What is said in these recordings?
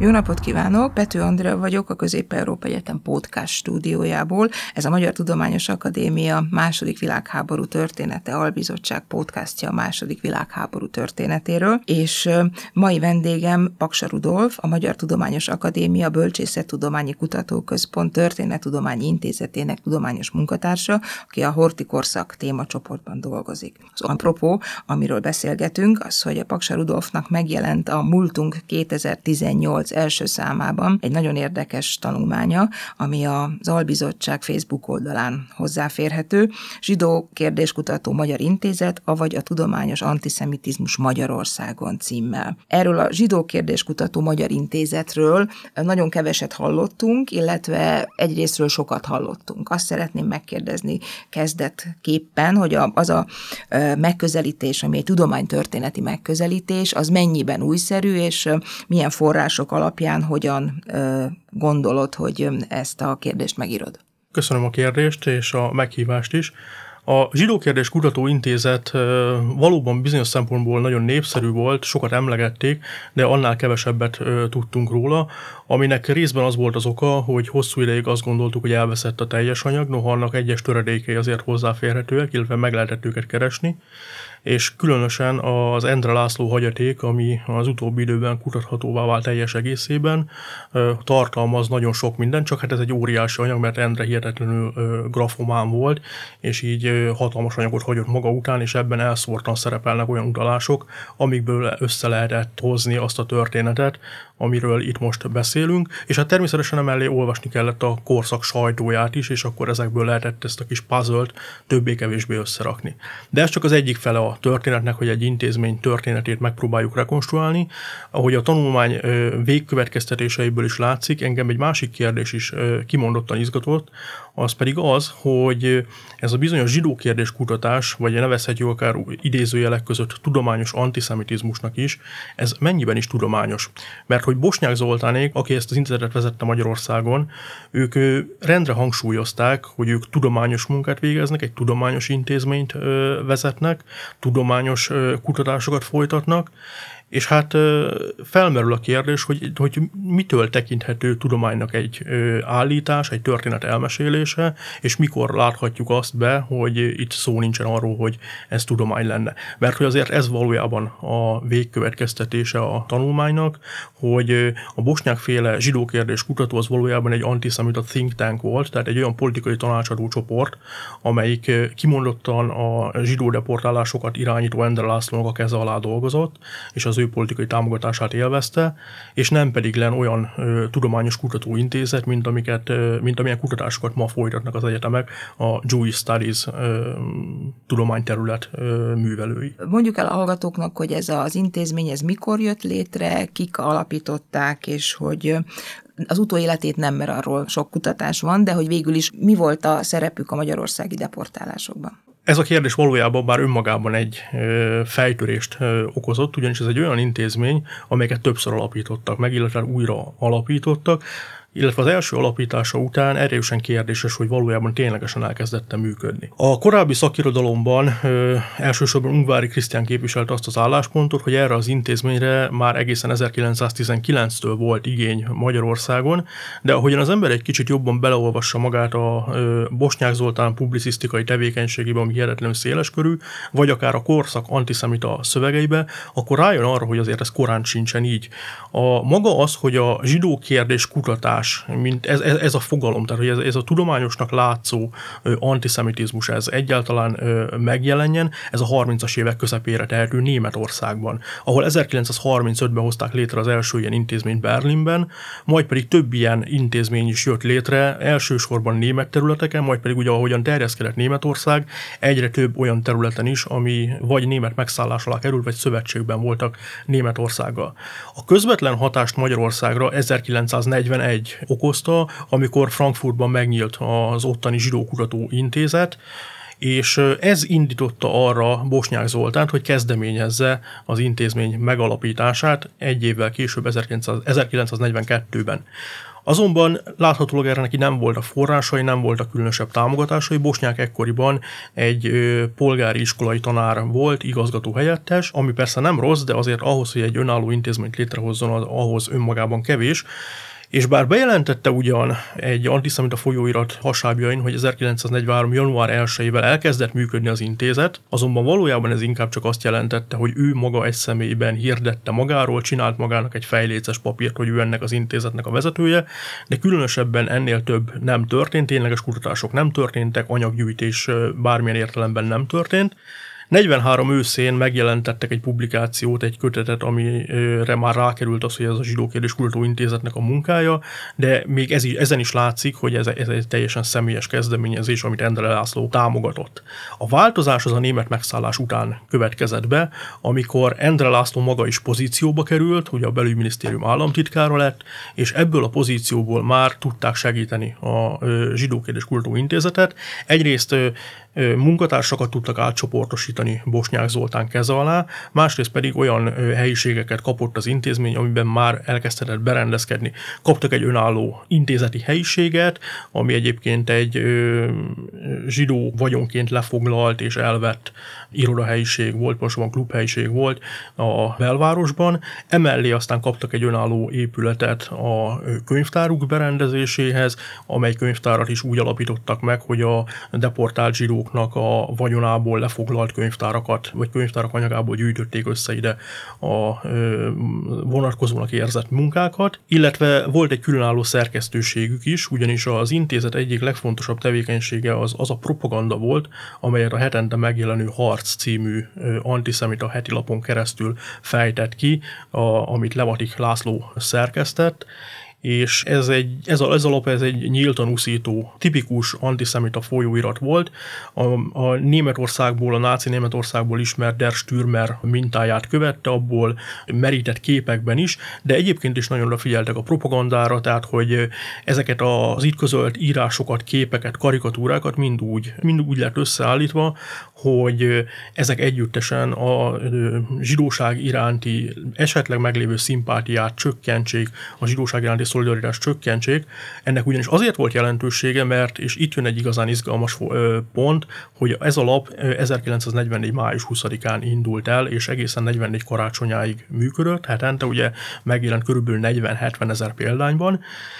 Jó napot kívánok! Pető Andrea vagyok a Közép-Európa Egyetem podcast stúdiójából. Ez a Magyar Tudományos Akadémia II. Világháború története albizottság podcastja a II. Világháború történetéről, és mai vendégem Paksa Rudolf, a Magyar Tudományos Akadémia Bölcsészettudományi Kutatóközpont Történettudományi Intézetének tudományos munkatársa, aki a Horthy-korszak témacsoportban dolgozik. Az apropó, amiről beszélgetünk, az, hogy a Paksa Rudolfnak megjelent a Múltunk 2018 első számában egy nagyon érdekes tanulmánya, ami az Albizottság Facebook oldalán hozzáférhető. Zsidó kérdéskutató Magyar Intézet, avagy a tudományos antiszemitizmus Magyarországon címmel. Erről a Zsidó kérdéskutató Magyar Intézetről nagyon keveset hallottunk, illetve egyrésztről sokat hallottunk. Azt szeretném megkérdezni kezdetképpen, hogy az a megközelítés, ami egy tudománytörténeti megközelítés, az mennyiben újszerű, és milyen források alapján hogyan gondolod, hogy ezt a kérdést megírod? Köszönöm a kérdést és a meghívást is. A Zsidó Kérdés Kutató Intézet valóban bizonyos szempontból nagyon népszerű volt, sokat emlegették, de annál kevesebbet tudtunk róla, aminek részben az volt az oka, hogy hosszú ideig azt gondoltuk, hogy elveszett a teljes anyag, noha annak egyes töredékei azért hozzáférhetőek, illetve meg lehetett őket keresni, és különösen az Endre László hagyaték, ami az utóbbi időben kutathatóvá vált teljes egészében, tartalmaz nagyon sok mindent, csak hát ez egy óriási anyag, mert Endre hihetetlenül grafomán volt, és így hatalmas anyagot hagyott maga után, és ebben elszórtan szerepelnek olyan utalások, amikből össze lehetett hozni azt a történetet, amiről itt most beszélünk, és hát természetesen emellé olvasni kellett a korszak sajtóját is, és akkor ezekből lehetett ezt a kis puzzle-t többé-kevésbé összerakni. De ez csak az egyik fele a történetnek, hogy egy intézmény történetét megpróbáljuk rekonstruálni. Ahogy a tanulmány végkövetkeztetéseiből is látszik, engem egy másik kérdés is kimondottan izgatott, az pedig az, hogy ez a bizonyos zsidó kérdés kutatás, vagy nevezhetjük akár idézőjelek között tudományos antiszemitizmusnak is, ez mennyiben is tudományos. Mert hogy Bosnyák Zoltánék, aki ezt az intézetet vezette Magyarországon, ők rendre hangsúlyozták, hogy ők tudományos munkát végeznek, egy tudományos intézményt vezetnek, tudományos kutatásokat folytatnak, és hát felmerül a kérdés, hogy mitől tekinthető tudománynak egy állítás, egy történet elmesélése, és mikor láthatjuk azt be, hogy itt szó nincsen arról, hogy ez tudomány lenne. Mert hogy azért ez valójában a végkövetkeztetése a tanulmánynak, hogy a bosnyákféle zsidó kérdés kutató az valójában egy antiszemita think tank volt, tehát egy olyan politikai tanácsadó csoport, amelyik kimondottan a zsidó deportálásokat irányító Endre Lászlónak a keze alá dolgozott, és az ő politikai támogatását élvezte, és nem pedig len olyan tudományos kutatóintézet, mint amilyen kutatásokat ma folytatnak az egyetemek a Jewish Studies tudományterület művelői. Mondjuk el a hallgatóknak, hogy ez az intézmény, ez mikor jött létre, kik alapították, és hogy az utóéletét nem, mert arról sok kutatás van, de hogy végül is mi volt a szerepük a magyarországi deportálásokban? Ez a kérdés valójában bár önmagában egy fejtörést okozott, ugyanis ez egy olyan intézmény, amelyeket többször alapítottak meg, illetve újra alapítottak, illetve az első alapítása után erősen kérdéses, hogy valójában ténylegesen elkezdette működni. A korábbi szakirodalomban elsősorban Ungvári Krisztián képviselte azt az álláspontot, hogy erre az intézményre már egészen 1919-től volt igény Magyarországon, de ahogyan az ember egy kicsit jobban beleolvassa magát a Bosnyák Zoltán publicisztikai tevékenységébe, ami hihetetlenül széleskörű, vagy akár a korszak antiszemita szövegeibe, akkor rájön arra, hogy azért ez korán sincsen így. A maga az, hogy a zsidó kérdés kutatás, mint ez a fogalom, tehát hogy ez a tudományosnak látszó antiszemitizmus, ez egyáltalán megjelenjen, ez a 30-as évek közepére tehető Németországban, ahol 1935-ben hozták létre az első ilyen intézményt Berlinben, majd pedig több ilyen intézmény is jött létre, elsősorban német területeken, majd pedig ugye ahogyan terjeszkedett Németország, egyre több olyan területen is, ami vagy német megszállás alá került, vagy szövetségben voltak Németországgal. A közvetlen hatást Magyarországra 1941 okozta, amikor Frankfurtban megnyílt az ottani zsidókutató intézet, és ez indította arra Bosnyák Zoltánt, hogy kezdeményezze az intézmény megalapítását egy évvel később, 1942-ben. Azonban láthatólag erre neki nem voltak forrásai, nem voltak különösebb támogatásai. Bosnyák ekkoriban egy polgári iskolai tanár volt, igazgató helyettes, ami persze nem rossz, de azért ahhoz, hogy egy önálló intézményt létrehozzon, ahhoz önmagában kevés. És bár bejelentette ugyan egy antiszemita folyóirat hasábjain, hogy 1943. január 1-ével elkezdett működni az intézet, azonban valójában ez inkább csak azt jelentette, hogy ő maga egy személyben hirdette magáról, csinált magának egy fejléces papírt, hogy ő ennek az intézetnek a vezetője, de különösebben ennél több nem történt, tényleges kutatások nem történtek, anyaggyűjtés bármilyen értelemben nem történt. 43 őszén megjelentettek egy publikációt, egy kötetet, amire már rákerült az, hogy ez a Zsidó Kérdés Kutatóintézetnek a munkája, de még ezen is látszik, hogy ez egy teljesen személyes kezdeményezés, amit Endre László támogatott. A változás az a német megszállás után következett be, amikor Endre László maga is pozícióba került, ugye a belügyminisztérium államtitkára lett, és ebből a pozícióból már tudták segíteni a Zsidó Kérdés Kutatóintézetet. Egyrészt munkatársakat tudtak átcsoportosítani Bosnyák Zoltán keze alá, másrészt pedig olyan helyiségeket kapott az intézmény, amiben már elkezdhetett berendezkedni. Kaptak egy önálló intézeti helyiséget, ami egyébként egy zsidó vagyonként lefoglalt és elvett irodahelyiség volt, pontosabban klubhelyiség volt a belvárosban. Emellé aztán kaptak egy önálló épületet a könyvtáruk berendezéséhez, amely könyvtárat is úgy alapítottak meg, hogy a deportált zsidóknak a vagyonából lefoglalt könyvtárakat, vagy könyvtárak anyagából gyűjtötték össze ide a vonatkozónak érzett munkákat, illetve volt egy különálló szerkesztőségük is, ugyanis az intézet egyik legfontosabb tevékenysége az a propaganda volt, amelyet a hetente megjelenő Harc című antiszemita hetilapon keresztül fejtett ki, amit Levatik László szerkesztett, és ez a lap egy nyíltan uszító, tipikus antiszemita folyóirat volt. A Németországból, a náci Németországból ismert Der Stürmer mintáját követte, abból merített képekben is, de egyébként is nagyon odafigyeltek a propagandára, tehát hogy ezeket az itt közölt írásokat, képeket, karikatúrákat mind úgy lett összeállítva, hogy ezek együttesen a zsidóság iránti esetleg meglévő szimpátiát csökkentsék, a zsidóság iránti szolidaritást csökkentsék. Ennek ugyanis azért volt jelentősége, mert, és itt jön egy igazán izgalmas pont, hogy ez a lap 1944. május 20-án indult el, és egészen 44 karácsonyáig működött, hetente ugye megjelent körülbelül 40-70 ezer példányban,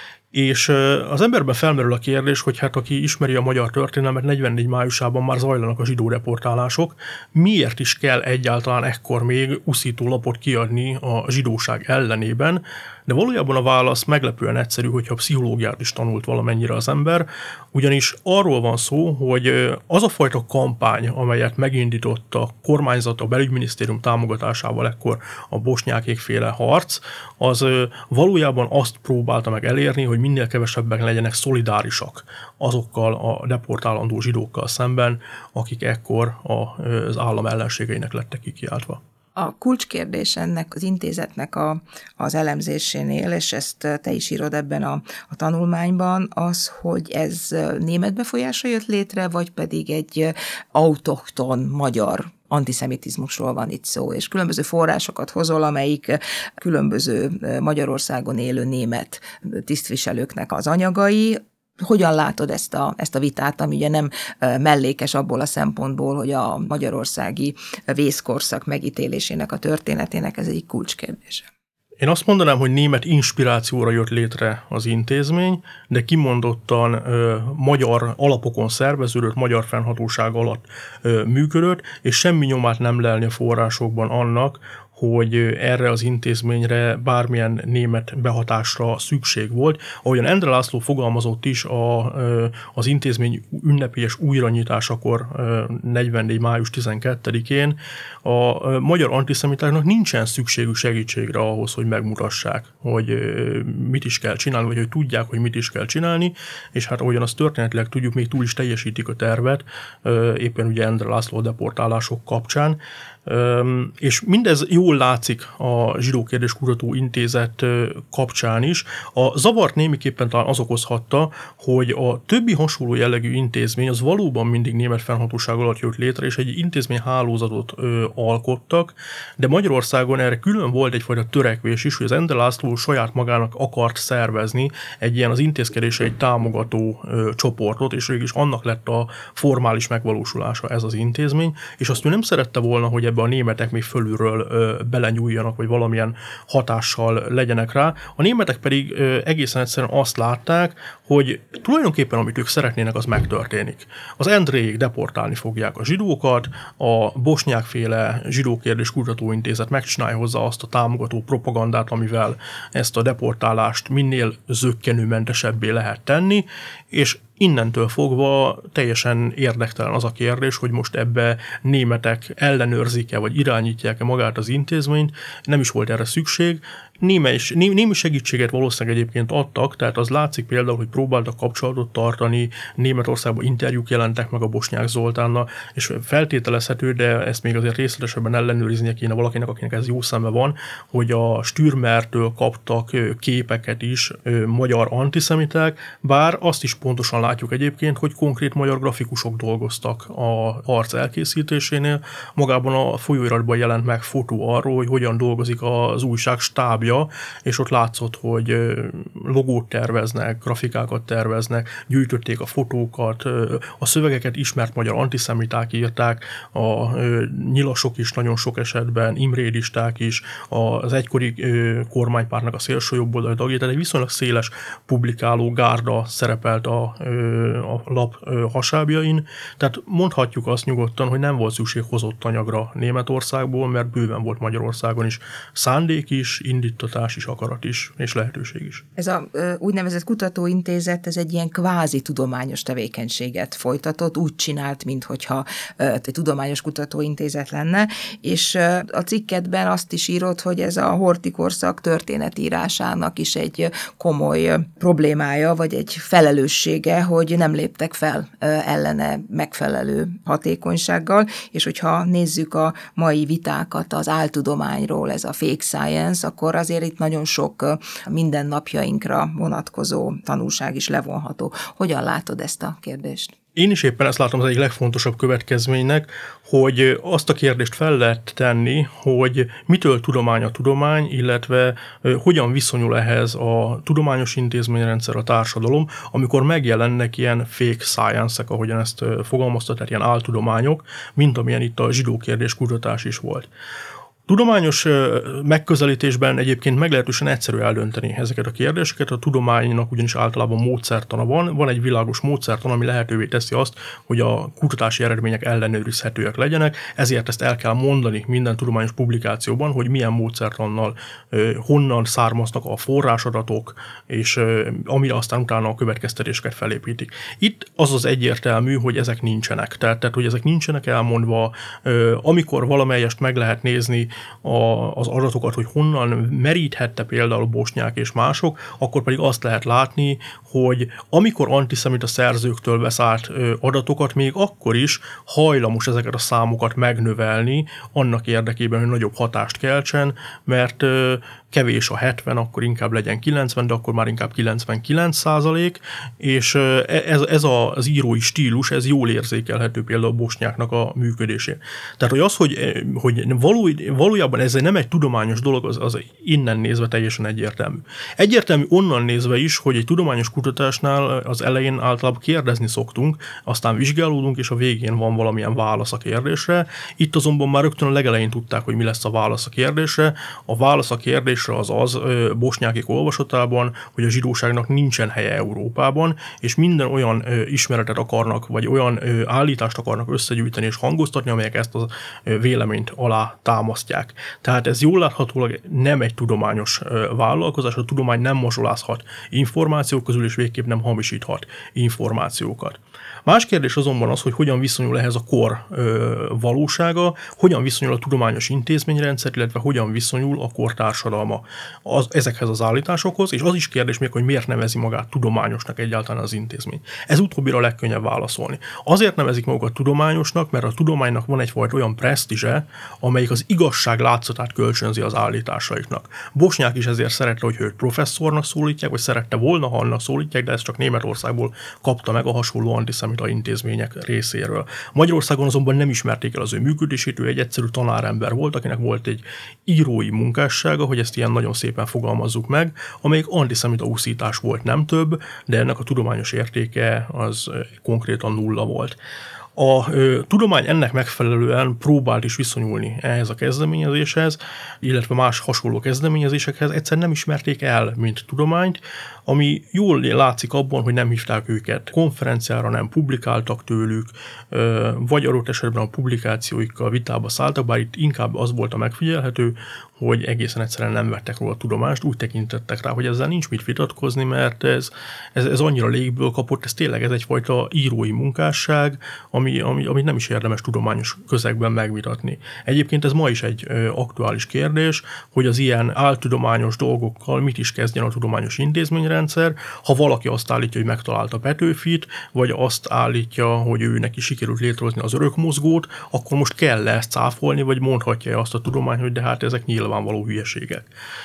és az emberben felmerül a kérdés, hogy hát aki ismeri a magyar történelmet, 44 májusában már zajlanak a zsidó deportálások, miért is kell egyáltalán ekkor még uszító lapot kiadni a zsidóság ellenében, de valójában a válasz meglepően egyszerű, hogyha pszichológiát is tanult valamennyire az ember, ugyanis arról van szó, hogy az a fajta kampány, amelyet megindított a kormányzat, a belügyminisztérium támogatásával ekkor a bosnyákékféle harc, az valójában azt próbálta meg elérni, hogy minél kevesebben legyenek szolidárisak azokkal a deportálandó zsidókkal szemben, akik ekkor az állam ellenségeinek lettek kikiáltva. A kulcskérdés ennek az intézetnek az elemzésénél, és ezt te is írod ebben a tanulmányban, az, hogy ez német befolyásra jött létre, vagy pedig egy autochton magyar antiszemitizmusról van itt szó, és különböző forrásokat hozol, amelyik különböző Magyarországon élő német tisztviselőknek az anyagai. Hogyan látod ezt a vitát, ami ugye nem mellékes abból a szempontból, hogy a magyarországi vészkorszak megítélésének a történetének ez egy kulcskérdése? Én azt mondanám, hogy német inspirációra jött létre az intézmény, de kimondottan magyar alapokon szerveződött, magyar fennhatóság alatt működött, és semmi nyomát nem lelni a forrásokban annak, hogy erre az intézményre bármilyen német behatásra szükség volt. Ahogyan Endre László fogalmazott is az intézmény ünnepélyes újranyitásakor 44. május 12-én, a magyar antiszemitáknak nincsen szükségük segítségre ahhoz, hogy megmutassák, hogy mit is kell csinálni, vagy hogy tudják, hogy mit is kell csinálni, és hát ahogyan azt történetileg tudjuk, még túl is teljesítik a tervet, éppen ugye Endre László deportálások kapcsán. És mindez jól látszik a Zsidó Kérdés Kutató Intézet kapcsán is. A zavart némiképpen talán az okozhatta, hogy a többi hasonló jellegű intézmény az valóban mindig német fennhatóság alatt jött létre, és egy intézményhálózatot alkottak, de Magyarországon erre külön volt egyfajta törekvés is, hogy az Endre László saját magának akart szervezni egy ilyen az intézkedéseit támogató csoportot, és végül is annak lett a formális megvalósulása ez az intézmény, és azt ő nem szerette volna, hogy ebbe a németek még fölülről belenyúljanak, vagy valamilyen hatással legyenek rá. A németek pedig egészen egyszerűen azt látták, hogy tulajdonképpen amit ők szeretnének, az megtörténik. Az Endréig deportálni fogják a zsidókat, a bosnyákféle Zsidó Kérdés Kutatóintézet megcsinálja hozzá azt a támogató propagandát, amivel ezt a deportálást minél zökkenőmentesebbé lehet tenni, és innentől fogva teljesen érdektelen az a kérdés, hogy most ebbe németek ellenőrzik-e, vagy irányítják-e magát az intézményt, nem is volt erre szükség. Némi segítséget valószínűleg egyébként adtak, tehát az látszik például, hogy próbáltak kapcsolatot tartani, Németországban interjúk jelentek meg a Bosnyák Zoltánnal, és feltételezhető, de ezt még azért részletesebben ellenőriznie kéne valakinek, akinek ez jó szeme van, hogy a Stürmertől kaptak képeket is magyar antiszemiták, bár azt is pontosan látjuk egyébként, hogy konkrét magyar grafikusok dolgoztak a harc elkészítésénél. Magában a folyóiratban jelent meg fotó arról, hogy hogyan dolgozik az újság stábja, és ott látszott, hogy logót terveznek, grafikákat terveznek, gyűjtötték a fotókat, a szövegeket ismert magyar antiszemiták írták, a nyilasok is nagyon sok esetben, imrédisták is, az egykori kormánypártnak a szélső jobboldali tagjai, tehát egy viszonylag széles publikáló gárda szerepelt a lap hasábjain, tehát mondhatjuk azt nyugodtan, hogy nem volt szükség hozott anyagra Németországból, mert bőven volt Magyarországon is szándék is, indítatás is, akarat is, és lehetőség is. Ez a úgynevezett kutatóintézet, ez egy ilyen kvázi tudományos tevékenységet folytatott, úgy csinált, minthogyha egy tudományos kutatóintézet lenne, és a cikketben azt is írott, hogy ez a horthy-korszak történetírásának is egy komoly problémája, vagy egy felelőssége, hogy nem léptek fel ellene megfelelő hatékonysággal, és hogyha nézzük a mai vitákat az áltudományról, ez a fake science, akkor azért itt nagyon sok mindennapjainkra vonatkozó tanulság is levonható. Hogyan látod ezt a kérdést? Én is éppen ezt látom az egyik legfontosabb következménynek, hogy azt a kérdést fel lehet tenni, hogy mitől tudomány a tudomány, illetve hogyan viszonyul ehhez a tudományos intézményrendszer, a társadalom, amikor megjelennek ilyen fake science-ek, ahogyan ezt fogalmazta, tehát ilyen áltudományok, mint amilyen itt a zsidó kérdés kutatás is volt. Tudományos megközelítésben egyébként meglehetősen egyszerű eldönteni ezeket a kérdéseket. A tudománynak ugyanis általában módszertana van egy világos módszertan, ami lehetővé teszi azt, hogy a kutatási eredmények ellenőrizhetőek legyenek, ezért ezt el kell mondani minden tudományos publikációban, hogy milyen módszertannal honnan származnak a forrásadatok, és amire aztán utána a következtetéseket felépítik. Itt az egyértelmű, hogy ezek nincsenek. Tehát hogy ezek nincsenek elmondva, amikor valamelyest meg lehet nézni az adatokat, hogy honnan meríthette például a bosnyák és mások, akkor pedig azt lehet látni, hogy amikor antiszemita szerzőktől vesz át adatokat, még akkor is hajlamos ezeket a számokat megnövelni annak érdekében, hogy nagyobb hatást keltsen, mert kevés a 70, akkor inkább legyen 90, de akkor már inkább 99%, és ez az írói stílus, ez jól érzékelhető például a bosnyáknak a működésén. Tehát, hogy valójában ez nem egy tudományos dolog, az innen nézve teljesen egyértelmű. Egyértelmű onnan nézve is, hogy egy tudományos kutatásnál az elején általában kérdezni szoktunk, aztán vizsgálódunk, és a végén van valamilyen válasz a kérdésre. Itt azonban már rögtön a legelején tudták, hogy mi lesz a válasz a kérdésre. A válasz a kérdésre az bosnyákik olvasatában, hogy a zsidóságnak nincsen helye Európában, és minden olyan ismeretet akarnak, vagy olyan állítást akarnak összegyűjteni és hangoztatni, amelyek ezt a véleményt alá támasztják. Tehát ez jól láthatólag nem egy tudományos vállalkozás, a tudomány nem mosolázhat információk közül, és végképp nem hamisíthat információkat. Más kérdés azonban az, hogy hogyan viszonyul ehhez a kor valósága, hogyan viszonyul a tudományos intézményrendszer, illetve hogyan viszonyul a kor társadalma szakma ezekhez az állításokhoz, és az is kérdés még, hogy miért nevezi magát tudományosnak egyáltalán az intézmény. Ez utóbbira a legkönnyebb válaszolni. Azért nevezik magukat tudományosnak, mert a tudománynak van egyfajta olyan presztízse, amelyik az igazság látszatát kölcsönzi az állításaiknak. Bosnyák is ezért szerette, hogy őt professzornak szólítják, vagy szerette volna, ha annak szólítják, de ezt csak Németországból kapta meg a hasonló antiszemita intézmények részéről. Magyarországon azonban nem ismerték el az ő működését, ő egy egyszerű tanárember volt, akinek volt egy írói munkássága, hogy ezt ilyen nagyon szépen fogalmazzuk meg, amelyik antiszemita uszítás volt, nem több, de ennek a tudományos értéke az konkrétan nulla volt. A tudomány ennek megfelelően próbált is viszonyulni ehhez a kezdeményezéshez, illetve más hasonló kezdeményezésekhez, egyszer nem ismerték el, mint tudományt, ami jól látszik abban, hogy nem hívták őket konferenciára, nem publikáltak tőlük, vagy adott esetben a publikációikkal vitába szálltak, bár itt inkább az volt a megfigyelhető, hogy egészen egyszerűen nem vettek róla tudomást, úgy tekintettek rá, hogy ezzel nincs mit vitatkozni, mert ez annyira légből kapott, ez tényleg egyfajta írói munkásság, amit nem is érdemes tudományos közegben megvitatni. Egyébként ez ma is egy aktuális kérdés, hogy az ilyen áltudományos dolgokkal mit is kezdjen a tudományos intézményrendszer, ha valaki azt állítja, hogy megtalálta Petőfit, vagy azt állítja, hogy ő neki sikerült létrehozni az örökmozgót, akkor most kell ezt cáfolni, vagy mondhatja azt a tudomány, hogy de hát ezek nyilvánvaló hülyeségek.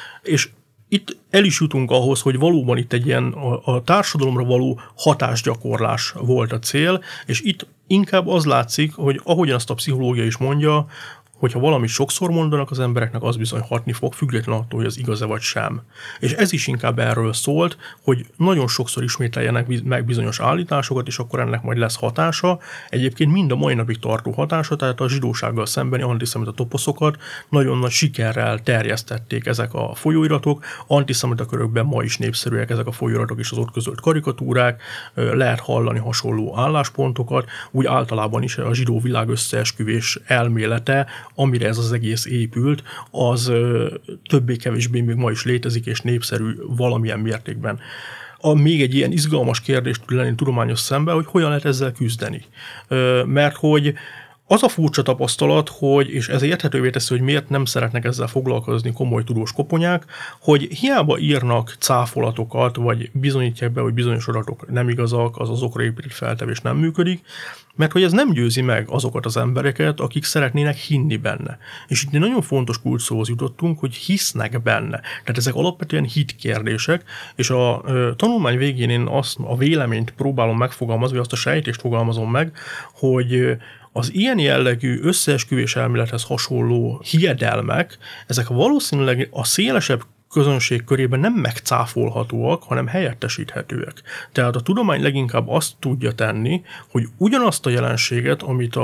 És itt el is jutunk ahhoz, hogy valóban itt egy ilyen a társadalomra való hatásgyakorlás volt a cél, és itt inkább az látszik, hogy ahogyan azt a pszichológia is mondja, hogyha valamit sokszor mondanak az embereknek, az bizony hatni fog, függetlenül attól, hogy az igaz-e vagy sem. És ez is inkább erről szólt, hogy nagyon sokszor ismételjenek meg bizonyos állításokat, és akkor ennek majd lesz hatása. Egyébként mind a mai napig tartó hatása, tehát a zsidósággal szembeni antiszemita toposzokat nagyon nagy sikerrel terjesztették ezek a folyóiratok. Antiszemita körökben ma is népszerűek ezek a folyóiratok és az ott közölt karikatúrák, lehet hallani hasonló álláspontokat, úgy általában is a zsidó világ összeesküvés elmélete, amire ez az egész épült, az többé-kevésbé még ma is létezik, és népszerű valamilyen mértékben. Még egy ilyen izgalmas kérdés tud lenni tudományos szemben, hogy hogyan lehet ezzel küzdeni. Mert hogy az a furcsa tapasztalat, hogy, és ez érthetővé teszi, hogy miért nem szeretnek ezzel foglalkozni komoly tudós koponyák, hogy hiába írnak cáfolatokat, vagy bizonyítják be, hogy bizonyos adatok nem igazak, az azokra épített feltevés nem működik, mert hogy ez nem győzi meg azokat az embereket, akik szeretnének hinni benne. És itt egy nagyon fontos kulcsszóhoz jutottunk, hogy hisznek benne. Tehát ezek alapvetően hitkérdések, és a tanulmány végén én azt a véleményt próbálom megfogalmazni, vagy azt a sejtést fogalmazom meg, hogy az ilyen jellegű összeesküvés elmélethez hasonló hiedelmek, ezek valószínűleg a szélesebb közönség körében nem megcáfolhatóak, hanem helyettesíthetőek. Tehát a tudomány leginkább azt tudja tenni, hogy ugyanazt a jelenséget, amire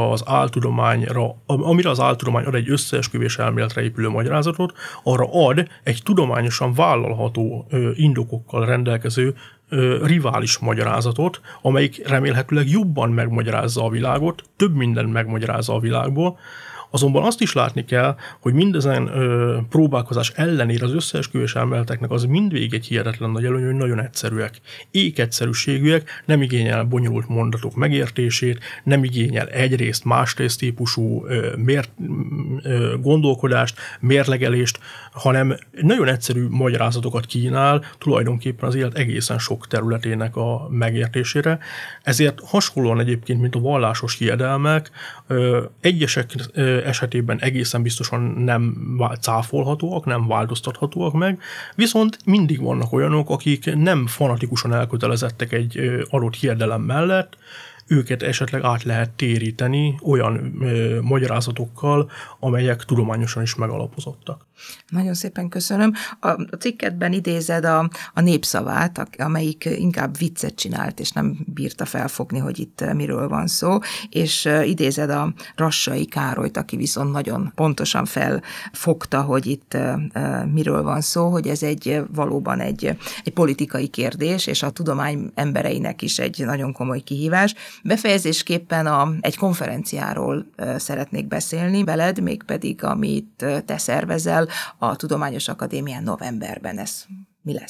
az áltudomány ad egy összeesküvés elméletre épülő magyarázatot, arra ad egy tudományosan vállalható indokokkal rendelkező rivális magyarázatot, amelyik remélhetőleg jobban megmagyarázza a világot, több mindent megmagyarázza a világból. Azonban azt is látni kell, hogy mindezen próbálkozás ellenére az összeesküvés elméleteknek az mindvégig egy hihetetlen nagy előny, hogy nagyon egyszerűek. Ékegyszerűségűek, nem igényel bonyolult mondatok megértését, nem igényel egyrészt másrészt típusú gondolkodást, mérlegelést, hanem nagyon egyszerű magyarázatokat kínál tulajdonképpen az élet egészen sok területének a megértésére. Ezért hasonlóan egyébként, mint a vallásos hiedelmek, egyesek esetében egészen biztosan nem cáfolhatóak, nem változtathatóak meg, viszont mindig vannak olyanok, akik nem fanatikusan elkötelezettek egy adott hiedelem mellett, őket esetleg át lehet téríteni olyan magyarázatokkal, amelyek tudományosan is megalapozottak. Nagyon szépen köszönöm. A cikketben idézed a Népszavát, amelyik inkább viccet csinált, és nem bírta felfogni, hogy itt miről van szó, és idézed a Rassai Károlyt, aki viszont nagyon pontosan felfogta, hogy itt miről van szó, hogy ez valóban egy politikai kérdés, és a tudomány embereinek is egy nagyon komoly kihívás. Befejezésképpen egy konferenciáról szeretnék beszélni veled, mégpedig amit te szervezel a Tudományos Akadémián novemberben. Ez mi lesz?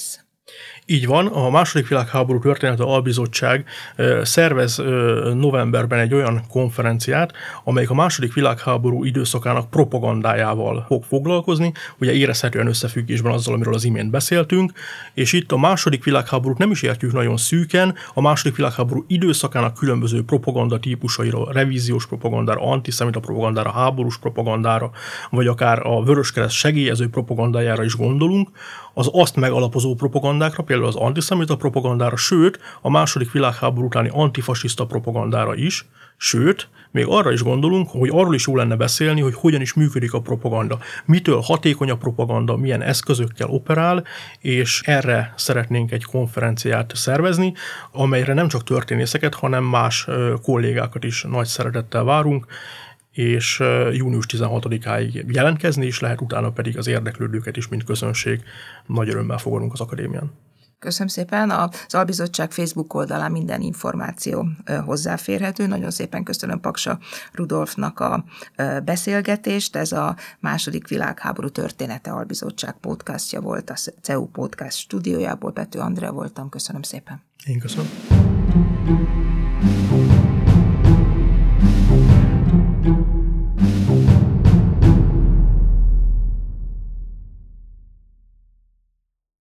Így van, a második világháború története albizottság szervez novemberben egy olyan konferenciát, amelyik a második világháború időszakának propagandájával fog foglalkozni, ugye érezhetően összefüggésben azzal, amiről az imént beszéltünk, és itt a második világháborút nem is értjük nagyon szűken, a második világháború időszakának különböző propaganda típusaira, revíziós propagandára, antiszemita propagandára, háborús propagandára, vagy akár a Vöröskereszt segélyező propagandájára is gondolunk, az azt megalapozó propagandákra, például az antiszemita propagandára, sőt, a második világháború utáni antifasiszta propagandára is, sőt, még arra is gondolunk, hogy arról is jó lenne beszélni, hogy hogyan is működik a propaganda, mitől hatékony a propaganda, milyen eszközökkel operál, és erre szeretnénk egy konferenciát szervezni, amelyre nem csak történészeket, hanem más kollégákat is nagy szeretettel várunk, és június 16-áig jelentkezni is lehet, utána pedig az érdeklődőket is, mint közönség nagy örömmel fogadunk az akadémián. Köszönöm szépen. Az Albizottság Facebook oldalán minden információ hozzáférhető. Nagyon szépen köszönöm Paksa Rudolfnak a beszélgetést. Ez a második világháború története Albizottság podcastja volt, a CEU podcast stúdiójából. Pető Andrea voltam. Köszönöm szépen. Én köszönöm.